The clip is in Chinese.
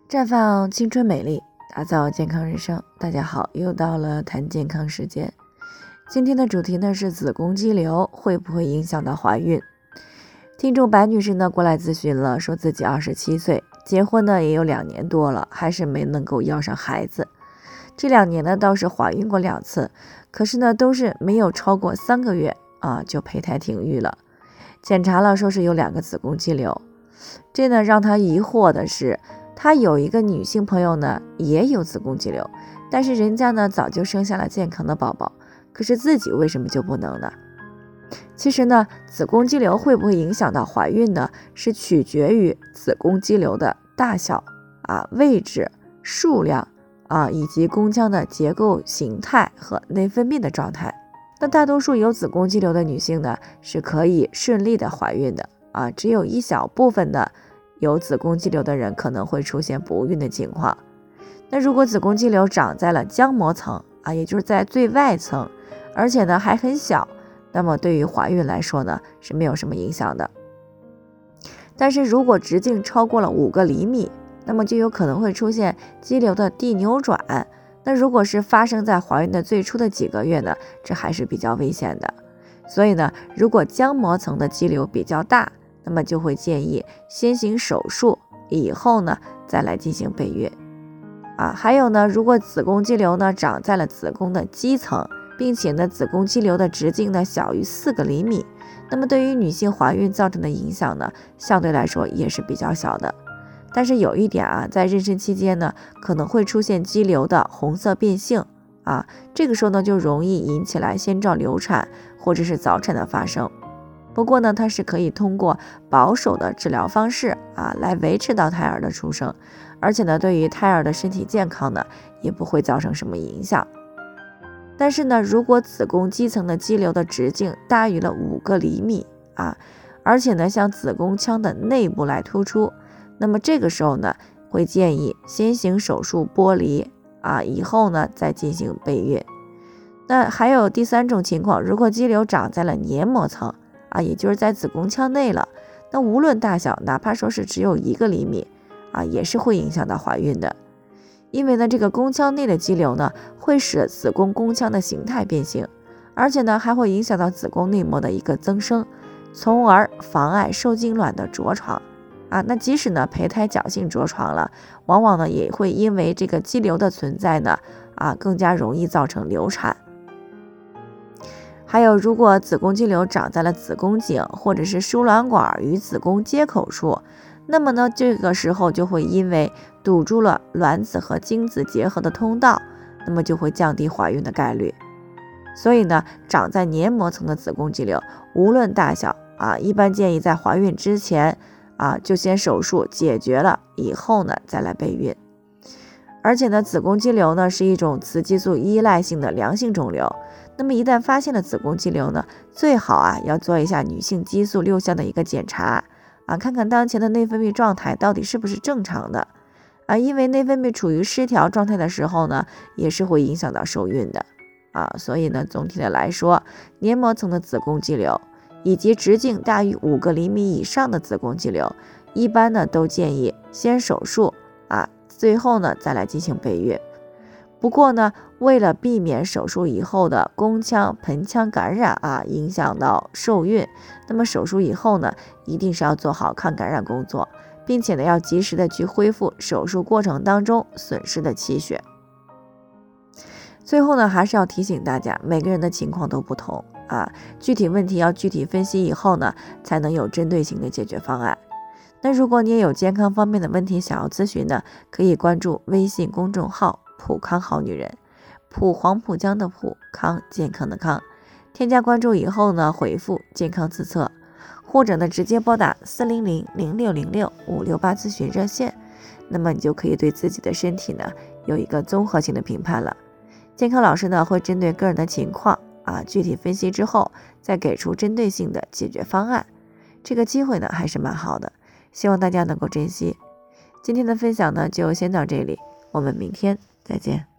绽放青春美丽，打造健康人生。大家好，又到了谈健康时间。今天的主题呢是子宫肌瘤会不会影响到怀孕？听众白女士呢过来咨询了，说自己27岁，结婚呢也有2年多了，还是没能够要上孩子。这2年呢倒是怀孕过2次，可是呢都是没有超过3个月就胚胎停育了。检查了说是有2个子宫肌瘤，这呢让她疑惑的是，她有一个女性朋友呢也有子宫肌瘤，但是人家呢早就生下了健康的宝宝，可是自己为什么就不能呢？其实呢，子宫肌瘤会不会影响到怀孕呢？是取决于子宫肌瘤的大小位置、数量以及宫腔的结构形态和内分泌的状态。那大多数有子宫肌瘤的女性呢，是可以顺利的怀孕的只有一小部分的有子宫肌瘤的人可能会出现不孕的情况。那如果子宫肌瘤长在了浆膜层也就是在最外层，而且呢还很小，那么对于怀孕来说呢是没有什么影响的。但是如果直径超过了5个厘米，那么就有可能会出现肌瘤的递扭转。那如果是发生在怀孕的最初的几个月呢，这还是比较危险的。所以呢，如果浆膜层的肌瘤比较大，那么就会建议先行手术，以后呢再来进行备孕还有呢，如果子宫肌瘤呢长在了子宫的基层，并且呢子宫肌瘤的直径呢小于4个厘米，那么对于女性怀孕造成的影响呢，相对来说也是比较小的。但是有一点在妊娠期间呢，可能会出现肌瘤的红色变性这个时候呢就容易引起来先兆流产或者是早产的发生。不过呢，它是可以通过保守的治疗方式来维持到胎儿的出生，而且呢，对于胎儿的身体健康呢，也不会造成什么影响。但是呢，如果子宫肌层的肌瘤的直径大于了5个厘米而且呢向子宫腔的内部来突出，那么这个时候呢，会建议先行手术剥离以后呢再进行备孕。那还有第3种情况，如果肌瘤长在了黏膜层也就是在子宫腔内了，那无论大小，哪怕说是只有1个厘米也是会影响到怀孕的。因为呢，这个宫腔内的肌瘤呢，会使子宫宫腔的形态变形，而且呢，还会影响到子宫内膜的一个增生，从而妨碍受精卵的着床那即使呢胚胎侥幸着床了，往往呢也会因为这个肌瘤的存在呢更加容易造成流产。还有，如果子宫肌瘤长在了子宫颈或者是输卵管与子宫接口处，那么呢这个时候就会因为堵住了卵子和精子结合的通道，那么就会降低怀孕的概率。所以呢，长在黏膜层的子宫肌瘤无论大小一般建议在怀孕之前就先手术解决了，以后呢再来备孕。而且呢，子宫肌瘤呢是一种雌激素依赖性的良性肿瘤，那么一旦发现了子宫肌瘤呢，最好要做一下女性激素6项的一个检查看看当前的内分泌状态到底是不是正常的因为内分泌处于失调状态的时候呢，也是会影响到受孕的所以呢，总体的来说，黏膜层的子宫肌瘤以及直径大于5个厘米以上的子宫肌瘤，一般呢都建议先手术最后呢再来进行备孕。不过呢，为了避免手术以后的宫腔、盆腔感染影响到受孕，那么手术以后呢，一定是要做好抗感染工作，并且呢要及时的去恢复手术过程当中损失的气血。最后呢，还是要提醒大家，每个人的情况都不同具体问题要具体分析以后呢，才能有针对性的解决方案。那如果你也有健康方面的问题想要咨询呢，可以关注微信公众号普康好女人，普黄浦江的普，康健康的康。添加关注以后呢，回复健康自测，或者呢直接拨打400-0606-568咨询热线，那么你就可以对自己的身体呢有一个综合性的评判了。健康老师呢会针对个人的情况具体分析之后，再给出针对性的解决方案。这个机会呢还是蛮好的，希望大家能够珍惜。今天的分享呢就先到这里，我们明天再见。